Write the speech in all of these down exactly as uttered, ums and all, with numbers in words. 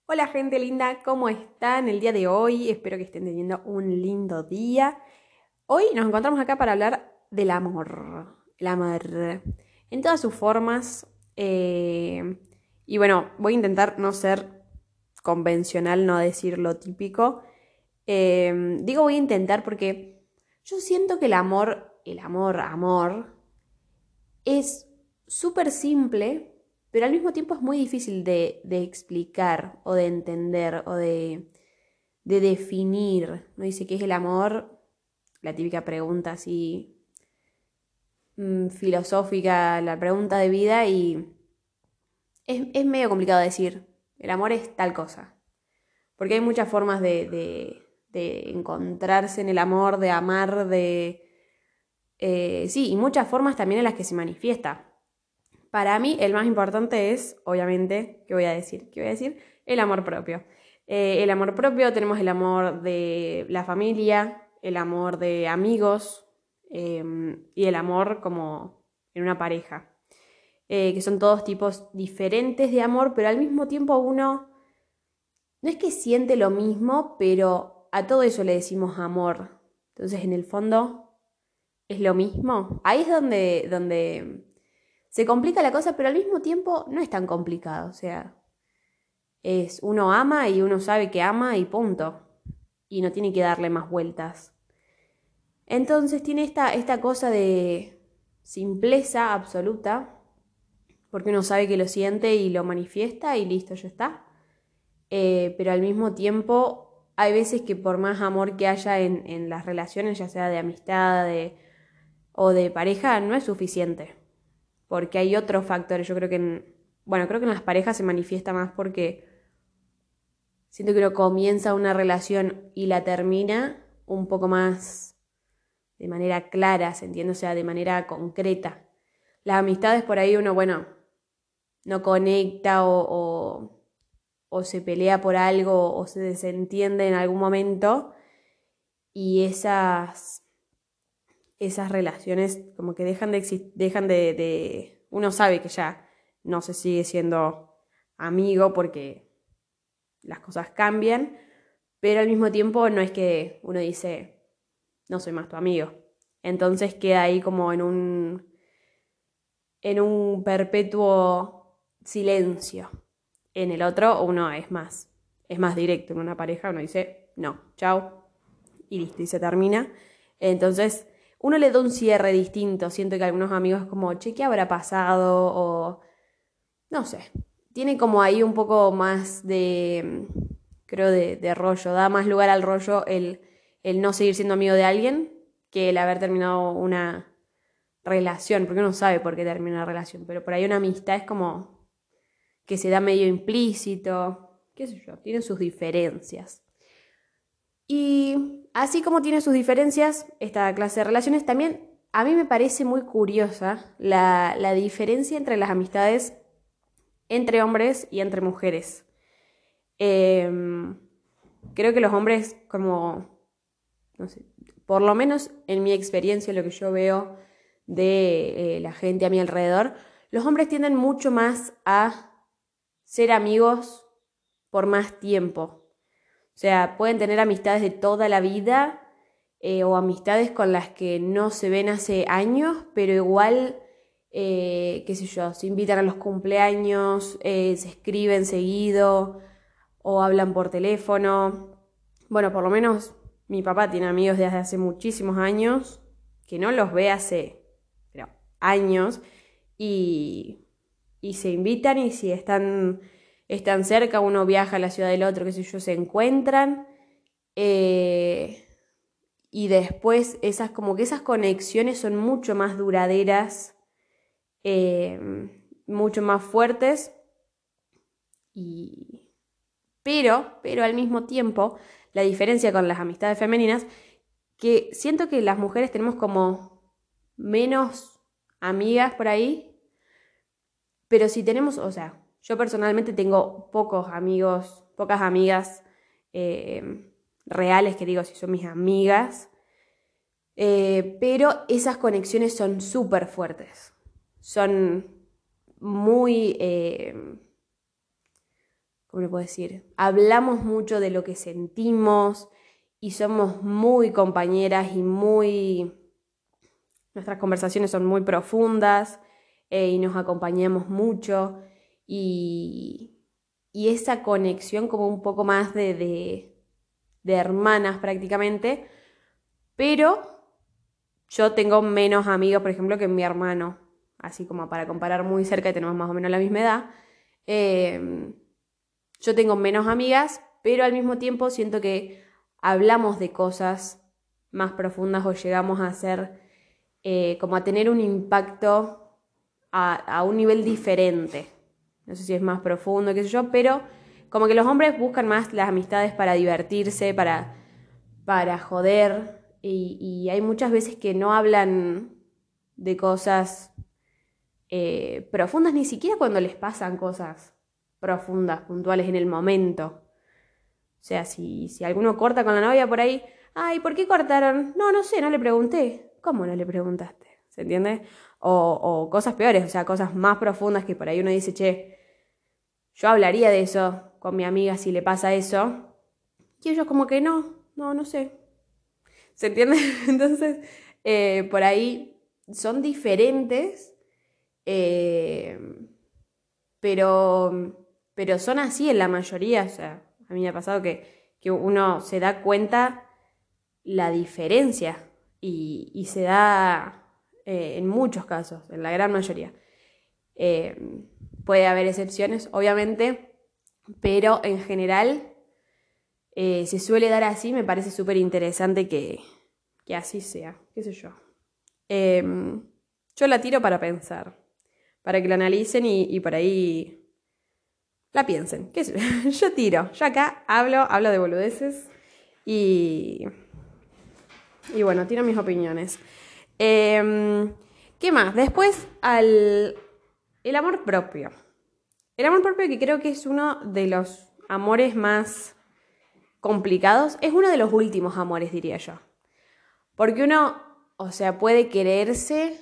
Hola gente linda, ¿cómo están el día de hoy? Espero que estén teniendo un lindo día. Hoy nos encontramos acá para hablar del amor. El amor en todas sus formas. eh, y bueno, voy a intentar no ser convencional, no decir lo típico. Eh, digo voy a intentar porque yo siento que el amor, el amor, amor, es súper simple, pero al mismo tiempo es muy difícil de, de explicar o de entender o de, de definir. ¿No? Dice qué es el amor, la típica pregunta así mm, filosófica, la pregunta de vida, y es, es medio complicado decir, el amor es tal cosa, porque hay muchas formas de, de, de encontrarse en el amor, de amar, de... Eh, sí, y muchas formas también en las que se manifiesta. Para mí el más importante es, obviamente, ¿qué voy a decir? ¿Qué voy a decir? El amor propio. Eh, el amor propio, tenemos el amor de la familia, el amor de amigos eh, y el amor como en una pareja, eh, que son todos tipos diferentes de amor, pero al mismo tiempo uno no es que siente lo mismo, pero a todo eso le decimos amor. Entonces, en el fondo, es lo mismo. Ahí es donde, donde se complica la cosa, pero al mismo tiempo no es tan complicado. O sea, es uno ama y uno sabe que ama y punto. Y no tiene que darle más vueltas. Entonces tiene esta, esta cosa de simpleza absoluta, porque uno sabe que lo siente y lo manifiesta y listo, ya está. Eh, pero al mismo tiempo hay veces que por más amor que haya en, en las relaciones, ya sea de amistad de, o de pareja, no es suficiente. Porque hay otros factores. Yo creo que en, bueno, creo que en las parejas se manifiesta más porque siento que uno comienza una relación y la termina un poco más de manera clara, ¿se entiende? O sea, de manera concreta. Las amistades por ahí uno, bueno, no conecta o, o, o se pelea por algo o se desentiende en algún momento y esas, esas relaciones como que dejan de existir, dejan de, de... Uno sabe que ya no se sigue siendo amigo porque las cosas cambian, pero al mismo tiempo no es que uno dice, no soy más tu amigo. Entonces queda ahí como en un, en un perpetuo silencio. En el otro uno es más, es más directo. En una pareja uno dice, no, chao, y listo, y se termina. Entonces uno le da un cierre distinto. Siento que algunos amigos como, che, ¿qué habrá pasado? O no sé, tiene como ahí un poco más de, creo, de, de rollo, da más lugar al rollo el, el no seguir siendo amigo de alguien que el haber terminado una relación, porque uno sabe por qué termina una relación, pero por ahí una amistad es como que se da medio implícito, qué sé yo, tiene sus diferencias. Y así como tiene sus diferencias, esta clase de relaciones también a mí me parece muy curiosa la, la diferencia entre las amistades entre hombres y entre mujeres. Eh, Creo que los hombres como, no sé, por lo menos en mi experiencia, lo que yo veo de eh, la gente a mi alrededor, los hombres tienden mucho más a ser amigos por más tiempo. O sea, pueden tener amistades de toda la vida eh, o amistades con las que no se ven hace años, pero igual, eh, qué sé yo, se invitan a los cumpleaños, eh, se escriben seguido o hablan por teléfono. Bueno, por lo menos mi papá tiene amigos desde hace muchísimos años que no los ve hace pero, años y, y se invitan y si están, están cerca, uno viaja a la ciudad del otro, qué sé yo, se encuentran. eh, y después esas como que esas conexiones son mucho más duraderas, eh, mucho más fuertes y pero, pero al mismo tiempo, la diferencia con las amistades femeninas, que siento que las mujeres tenemos como menos amigas por ahí, pero si tenemos, o sea, yo personalmente tengo pocos amigos, pocas amigas eh, reales, que digo si son mis amigas, eh, pero esas conexiones son súper fuertes, son muy... Eh, ¿cómo le puedo decir? Hablamos mucho de lo que sentimos y somos muy compañeras y muy... Nuestras conversaciones son muy profundas eh, y nos acompañamos mucho y, y esa conexión como un poco más de, de, de hermanas prácticamente, pero yo tengo menos amigos, por ejemplo, que mi hermano, así como para comparar muy cerca y tenemos más o menos la misma edad. Eh, yo tengo menos amigas, pero al mismo tiempo siento que hablamos de cosas más profundas o llegamos a ser, eh, como a tener un impacto a, a un nivel diferente. No sé si es más profundo, qué sé yo, pero como que los hombres buscan más las amistades para divertirse, para, para joder, y, y hay muchas veces que no hablan de cosas eh, profundas, ni siquiera cuando les pasan cosas profundas, puntuales en el momento. O sea, si, si alguno corta con la novia por ahí, ay, ¿por qué cortaron? No, no sé, no le pregunté. ¿Cómo no le preguntaste? ¿Se entiende? O, o cosas peores, o sea, cosas más profundas que por ahí uno dice, che, yo hablaría de eso con mi amiga si le pasa eso. Y ellos como que no, no, no sé. ¿Se entiende? Entonces, eh, por ahí son diferentes, eh, pero, pero son así en la mayoría. O sea, a mí me ha pasado que, que uno se da cuenta la diferencia y, y se da eh, en muchos casos, en la gran mayoría. Eh, puede haber excepciones, obviamente, pero en general eh, se suele dar así. Me parece súper interesante que, que así sea, qué sé yo. Eh, yo la tiro para pensar, para que la analicen y, y por ahí la piensen. ¿Qué sé yo? Yo tiro, yo acá hablo, hablo de boludeces y, y bueno, tiro mis opiniones. Eh, ¿Qué más? Después al el amor propio. El amor propio, que creo que es uno de los amores más complicados, es uno de los últimos amores, diría yo. Porque uno, o sea, puede quererse,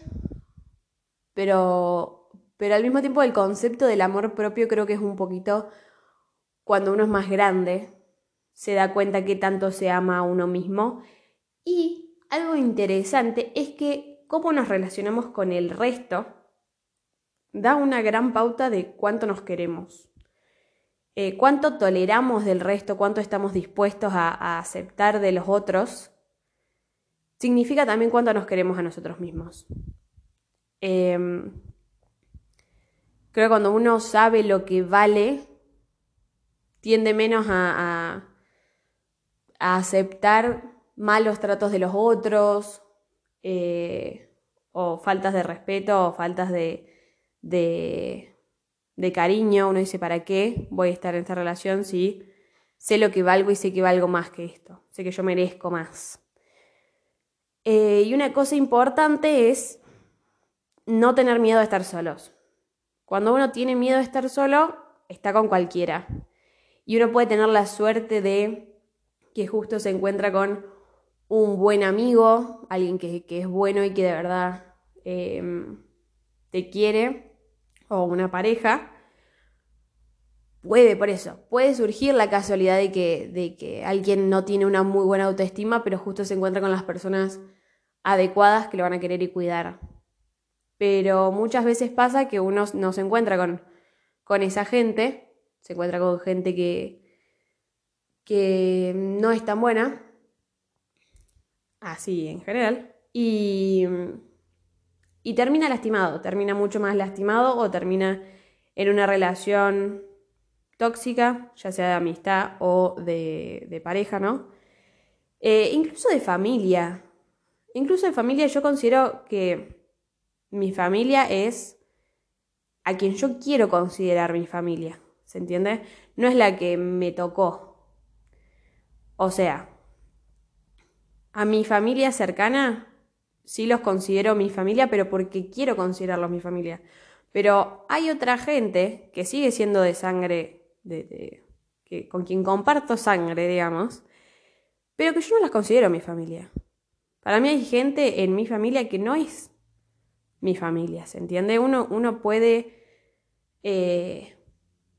pero, pero al mismo tiempo el concepto del amor propio creo que es un poquito, cuando uno es más grande, se da cuenta que tanto se ama a uno mismo. Y algo interesante es que cómo nos relacionamos con el resto da una gran pauta de cuánto nos queremos. Eh, cuánto toleramos del resto, cuánto estamos dispuestos a, a aceptar de los otros, significa también cuánto nos queremos a nosotros mismos. Eh, creo que cuando uno sabe lo que vale, tiende menos a, a, a aceptar malos tratos de los otros, eh, o faltas de respeto, o faltas de, de, de cariño. Uno dice, ¿para qué voy a estar en esta relación si sé lo que valgo y sé que valgo más que esto? Sé que yo merezco más. Eh, y una cosa importante es no tener miedo a estar solos. Cuando uno tiene miedo a estar solo, está con cualquiera. Y uno puede tener la suerte de que justo se encuentra con un buen amigo, alguien que, que es bueno y que de verdad eh, te quiere, o una pareja. Puede, por eso, puede surgir la casualidad de que, de que alguien no tiene una muy buena autoestima, pero justo se encuentra con las personas adecuadas que lo van a querer y cuidar. Pero muchas veces pasa que uno no se encuentra con, con esa gente, se encuentra con gente que, que no es tan buena, así en general, y, y termina lastimado, termina mucho más lastimado o termina en una relación tóxica, ya sea de amistad o de, de pareja, ¿no? Eh, incluso de familia. Incluso de familia yo considero que mi familia es a quien yo quiero considerar mi familia, ¿se entiende? No es la que me tocó. O sea, a mi familia cercana sí los considero mi familia, pero porque quiero considerarlos mi familia. Pero hay otra gente que sigue siendo de sangre, de, de, que, con quien comparto sangre, digamos, pero que yo no las considero mi familia. Para mí hay gente en mi familia que no es mi familia, ¿se entiende? Uno, uno puede, eh,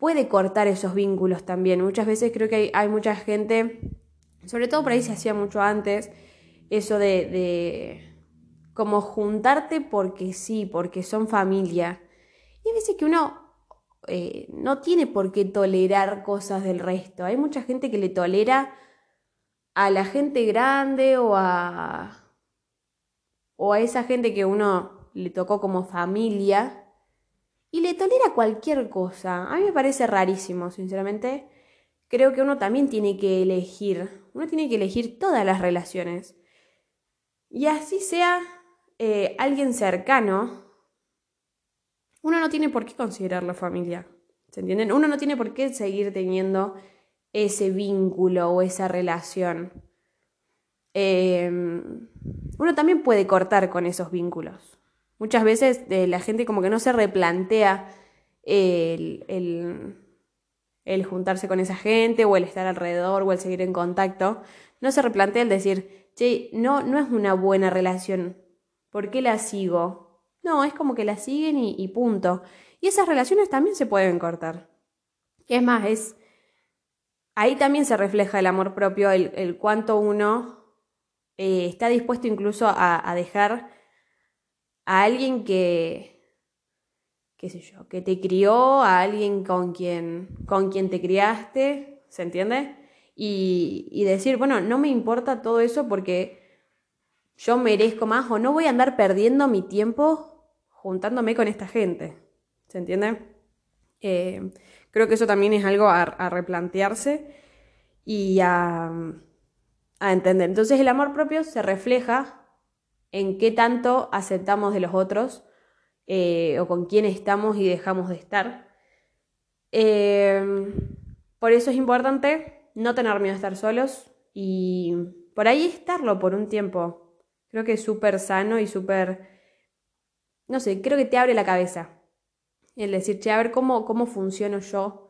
puede cortar esos vínculos también. Muchas veces creo que hay, hay mucha gente, sobre todo por ahí se hacía mucho antes, eso de, de como juntarte porque sí, porque son familia. Y hay veces que uno eh, no tiene por qué tolerar cosas del resto. Hay mucha gente que le tolera a la gente grande o a, o a esa gente que uno le tocó como familia y le tolera cualquier cosa. A mí me parece rarísimo, sinceramente. Creo que uno también tiene que elegir, uno tiene que elegir todas las relaciones. Y así sea eh, alguien cercano, uno no tiene por qué considerarlo familia. ¿Se entienden? Uno no tiene por qué seguir teniendo ese vínculo o esa relación. Eh, uno también puede cortar con esos vínculos. Muchas veces eh, la gente como que no se replantea el, el, el juntarse con esa gente o el estar alrededor o el seguir en contacto. No se replantea el decir, che, no, no es una buena relación. ¿Por qué la sigo? No, es como que la siguen y, y punto. Y esas relaciones también se pueden cortar. Es más, es ahí también se refleja el amor propio, el, el cuánto uno eh, está dispuesto incluso a, a dejar a alguien que, qué sé yo, que te crió, a alguien con quien, con quien te criaste, ¿se entiende? Y, y decir, bueno, no me importa todo eso porque yo merezco más o no voy a andar perdiendo mi tiempo juntándome con esta gente, ¿se entiende? Eh, creo que eso también es algo a, a replantearse y a, a entender. Entonces el amor propio se refleja en qué tanto aceptamos de los otros eh, o con quién estamos y dejamos de estar. Eh, por eso es importante no tener miedo a estar solos y por ahí estarlo por un tiempo. Creo que es súper sano y súper, no sé, creo que te abre la cabeza. El decir, che, a ver cómo, cómo funciono yo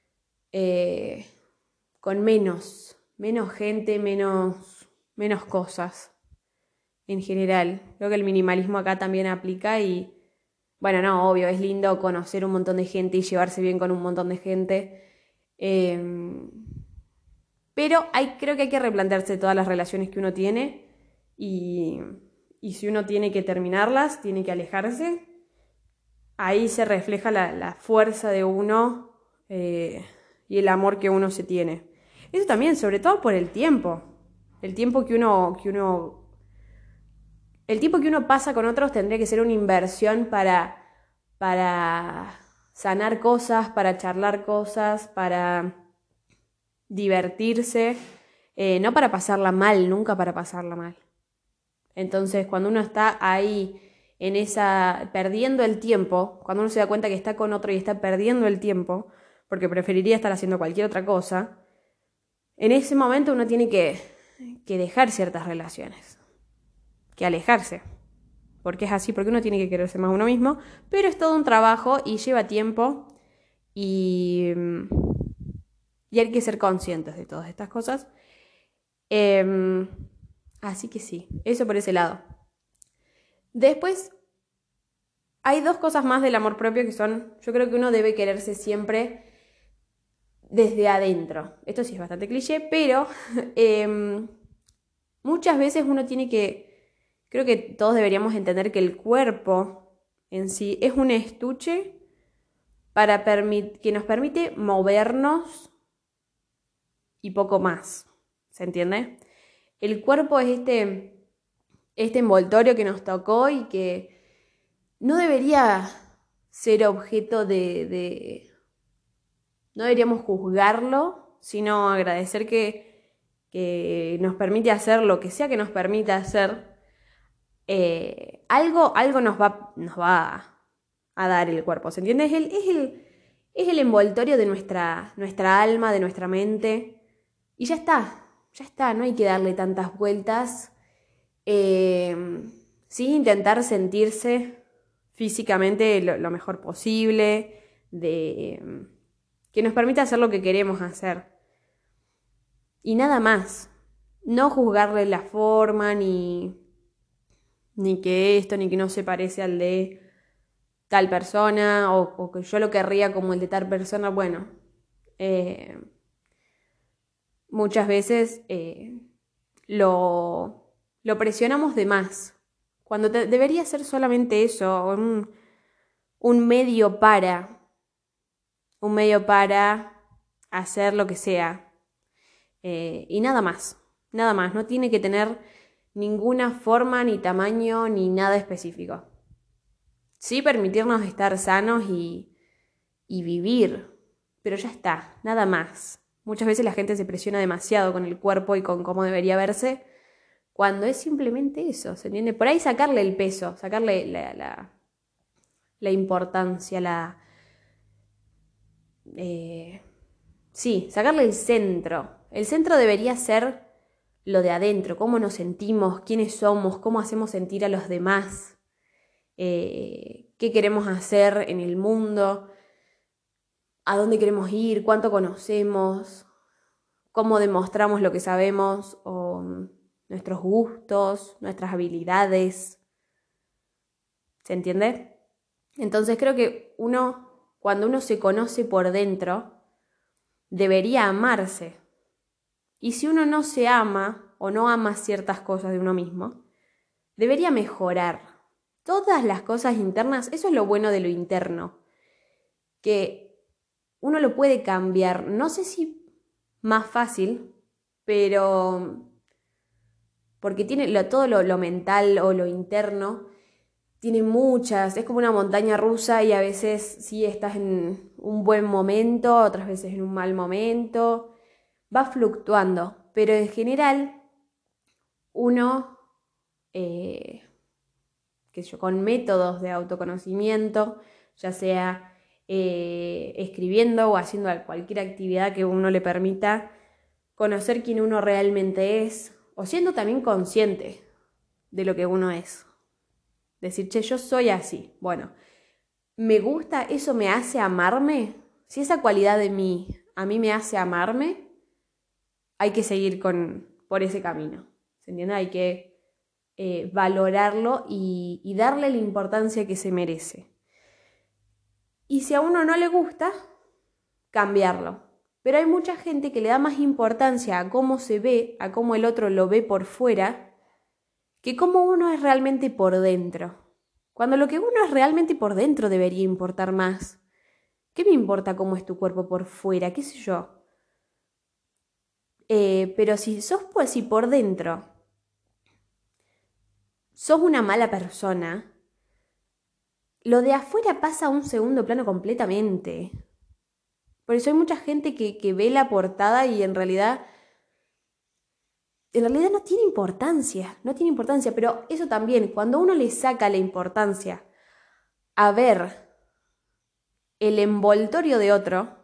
eh, con menos, menos gente, menos, menos cosas en general. Creo que el minimalismo acá también aplica y, bueno, no, obvio, es lindo conocer un montón de gente y llevarse bien con un montón de gente. Eh, pero hay, creo que hay que replantearse todas las relaciones que uno tiene y, y si uno tiene que terminarlas, tiene que alejarse. Ahí se refleja la, la fuerza de uno eh, y el amor que uno se tiene. Eso también, sobre todo por el tiempo. El tiempo que uno, que uno, el tiempo que uno pasa con otros tendría que ser una inversión para, para sanar cosas, para charlar cosas, para divertirse, eh, no para pasarla mal, nunca para pasarla mal. Entonces, cuando uno está ahí en esa, perdiendo el tiempo, cuando uno se da cuenta que está con otro y está perdiendo el tiempo, porque preferiría estar haciendo cualquier otra cosa, en ese momento uno tiene que, que dejar ciertas relaciones, que alejarse, porque es así, porque uno tiene que quererse más a uno mismo, pero es todo un trabajo y lleva tiempo y, y hay que ser conscientes de todas estas cosas. Eh, así que sí, eso por ese lado. Después, hay dos cosas más del amor propio que son, yo creo que uno debe quererse siempre desde adentro. Esto sí es bastante cliché, pero eh, muchas veces uno tiene que, creo que todos deberíamos entender que el cuerpo en sí es un estuche para permit- que nos permite movernos y poco más. ¿Se entiende? El cuerpo es este, este envoltorio que nos tocó y que no debería ser objeto de, de no deberíamos juzgarlo, sino agradecer que, que nos permite hacer lo que sea que nos permita hacer. Eh, algo, algo nos va, nos va a dar el cuerpo, ¿se entiende? Es el, es el, es el envoltorio de nuestra, nuestra alma, de nuestra mente. Y ya está, ya está, no hay que darle tantas vueltas. Eh, sí, intentar sentirse físicamente lo, lo mejor posible, de que nos permita hacer lo que queremos hacer. Y nada más. No juzgarle la forma, ni, ni que esto, ni que no se parece al de tal persona o, o que yo lo querría como el de tal persona. Bueno, eh, muchas veces eh, lo, lo presionamos de más, cuando te, debería ser solamente eso, un, un medio para, un medio para hacer lo que sea. Eh, y nada más, nada más, no tiene que tener ninguna forma, ni tamaño, ni nada específico. Sí, permitirnos estar sanos y, y vivir, pero ya está, nada más. Muchas veces la gente se presiona demasiado con el cuerpo y con cómo debería verse, cuando es simplemente eso, ¿se entiende? Por ahí sacarle el peso, sacarle la, la, la importancia, la... Eh, sí, sacarle el centro. El centro debería ser lo de adentro, cómo nos sentimos, quiénes somos, cómo hacemos sentir a los demás, eh, qué queremos hacer en el mundo, a dónde queremos ir, cuánto conocemos, cómo demostramos lo que sabemos, o nuestros gustos, nuestras habilidades. ¿Se entiende? Entonces creo que uno, cuando uno se conoce por dentro, debería amarse. Y si uno no se ama o no ama ciertas cosas de uno mismo, debería mejorar. Todas las cosas internas, eso es lo bueno de lo interno, que uno lo puede cambiar, no sé si más fácil, pero porque tiene lo, todo lo, lo mental o lo interno, tiene muchas, es como una montaña rusa y a veces sí estás en un buen momento, otras veces en un mal momento, va fluctuando, pero en general uno, eh, qué sé yo, con métodos de autoconocimiento, ya sea eh, escribiendo o haciendo cualquier actividad que uno le permita conocer quién uno realmente es, o siendo también consciente de lo que uno es. Decir, che, yo soy así. Bueno, ¿me gusta? ¿Eso me hace amarme? Si esa cualidad de mí a mí me hace amarme, hay que seguir con, por ese camino. ¿Se entiende? Hay que eh, valorarlo y, y darle la importancia que se merece. Y si a uno no le gusta, cambiarlo. Pero hay mucha gente que le da más importancia a cómo se ve, a cómo el otro lo ve por fuera, que cómo uno es realmente por dentro. Cuando lo que uno es realmente por dentro debería importar más. ¿Qué me importa cómo es tu cuerpo por fuera? ¿Qué sé yo? Eh, pero si sos pues si por dentro sos una mala persona, lo de afuera pasa a un segundo plano completamente. Por eso hay mucha gente que, que ve la portada y en realidad, en realidad no tiene importancia, no tiene importancia, pero eso también, cuando uno le saca la importancia a ver el envoltorio de otro,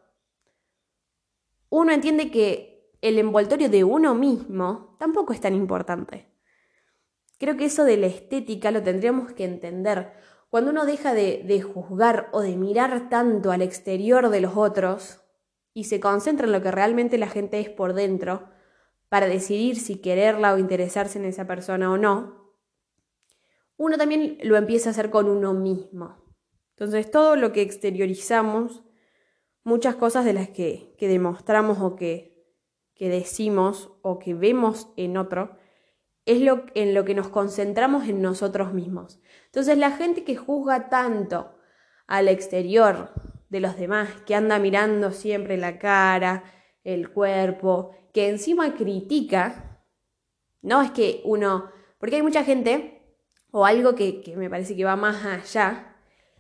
uno entiende que el envoltorio de uno mismo tampoco es tan importante. Creo que eso de la estética lo tendríamos que entender. Cuando uno deja de, de juzgar o de mirar tanto al exterior de los otros y se concentra en lo que realmente la gente es por dentro para decidir si quererla o interesarse en esa persona o no, uno también lo empieza a hacer con uno mismo. Entonces todo lo que exteriorizamos, muchas cosas de las que, que demostramos o que, que decimos o que vemos en otro, es lo, en lo que nos concentramos en nosotros mismos. Entonces la gente que juzga tanto al exterior de los demás, que anda mirando siempre la cara, el cuerpo, que encima critica, no es que uno, porque hay mucha gente, o algo que, que me parece que va más allá,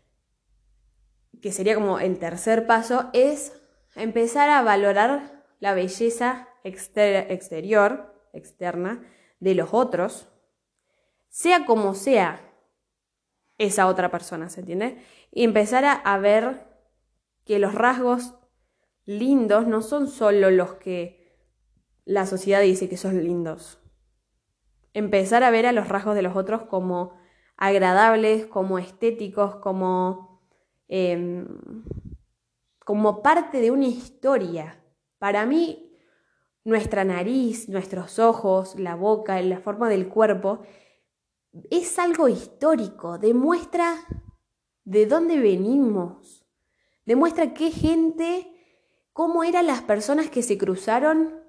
que sería como el tercer paso, es empezar a valorar la belleza exter- exterior, externa, de los otros, sea como sea esa otra persona, ¿se entiende? Y empezar a, a ver que los rasgos lindos no son solo los que la sociedad dice que son lindos. Empezar a ver a los rasgos de los otros como agradables, como estéticos, como, eh, como parte de una historia. Para mí, nuestra nariz, nuestros ojos, la boca, la forma del cuerpo, es algo histórico, demuestra de dónde venimos. Demuestra qué gente, cómo eran las personas que se cruzaron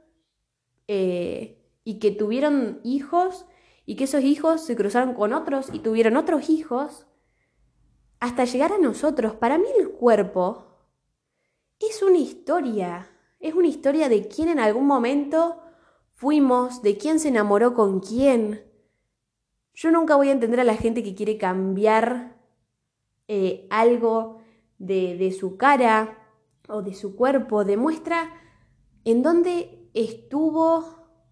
eh, y que tuvieron hijos y que esos hijos se cruzaron con otros y tuvieron otros hijos hasta llegar a nosotros. Para mí el cuerpo es una historia, es una historia de quién en algún momento fuimos, de quién se enamoró con quién. Yo nunca voy a entender a la gente que quiere cambiar eh, algo de, de su cara o de su cuerpo. Demuestra en dónde estuvo,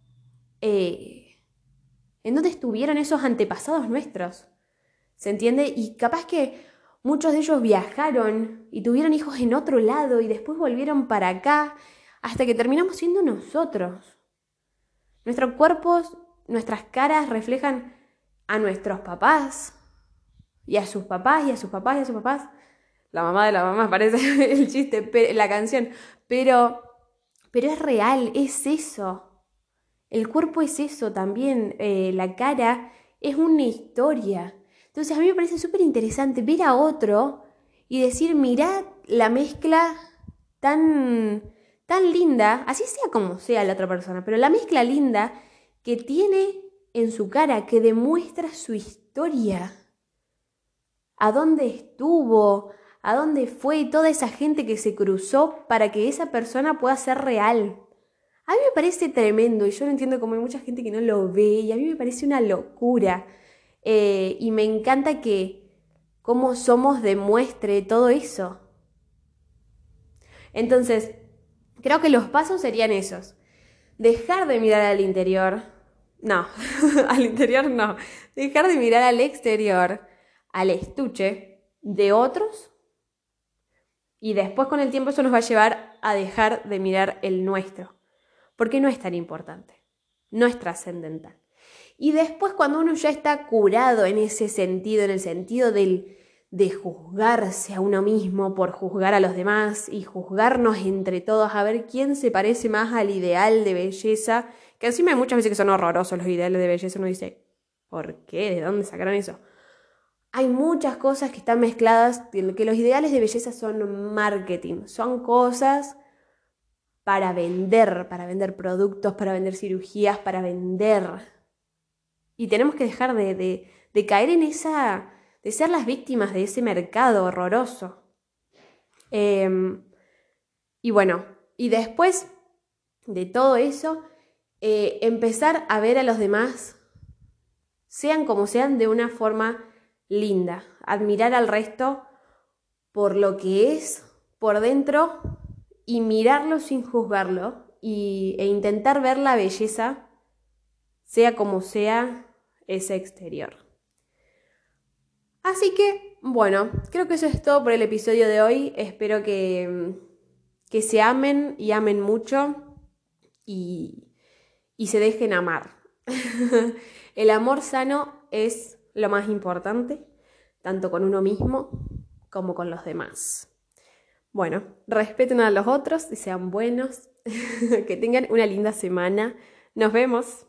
eh, en dónde estuvieron esos antepasados nuestros. ¿Se entiende? Y capaz que muchos de ellos viajaron y tuvieron hijos en otro lado y después volvieron para acá hasta que terminamos siendo nosotros. Nuestros cuerpos, nuestras caras reflejan a nuestros papás y a sus papás y a sus papás y a sus papás. La mamá de la mamá parece el chiste, la canción. Pero, pero es real, es eso. El cuerpo es eso también. Eh, la cara es una historia. Entonces a mí me parece súper interesante ver a otro y decir, mirá la mezcla tan, tan linda, así sea como sea la otra persona, pero la mezcla linda que tiene en su cara, que demuestra su historia. A dónde estuvo, a dónde fue toda esa gente que se cruzó para que esa persona pueda ser real. A mí me parece tremendo y yo no entiendo cómo hay mucha gente que no lo ve y a mí me parece una locura. Eh, y me encanta que cómo somos demuestre todo eso. Entonces, creo que los pasos serían esos. Dejar de mirar al interior. No, al interior no. Dejar de mirar al exterior, al estuche de otros. Y después con el tiempo eso nos va a llevar a dejar de mirar el nuestro. Porque no es tan importante. No es trascendental. Y después cuando uno ya está curado en ese sentido, en el sentido del, de juzgarse a uno mismo por juzgar a los demás y juzgarnos entre todos a ver quién se parece más al ideal de belleza, que encima hay muchas veces que son horrorosos los ideales de belleza, uno dice, ¿por qué? ¿De dónde sacaron eso? Hay muchas cosas que están mezcladas, que los ideales de belleza son marketing, son cosas para vender, para vender productos, para vender cirugías, para vender. Y tenemos que dejar de, de, de caer en esa, de ser las víctimas de ese mercado horroroso. Eh, y bueno, y después de todo eso, eh, empezar a ver a los demás, sean como sean, de una forma linda. Admirar al resto por lo que es por dentro y mirarlo sin juzgarlo y, e intentar ver la belleza, sea como sea, ese exterior. Así que, bueno, creo que eso es todo por el episodio de hoy. Espero que, que se amen y amen mucho y, y se dejen amar. El amor sano es lo más importante, tanto con uno mismo como con los demás. Bueno, respeten a los otros y sean buenos. Que tengan una linda semana. Nos vemos.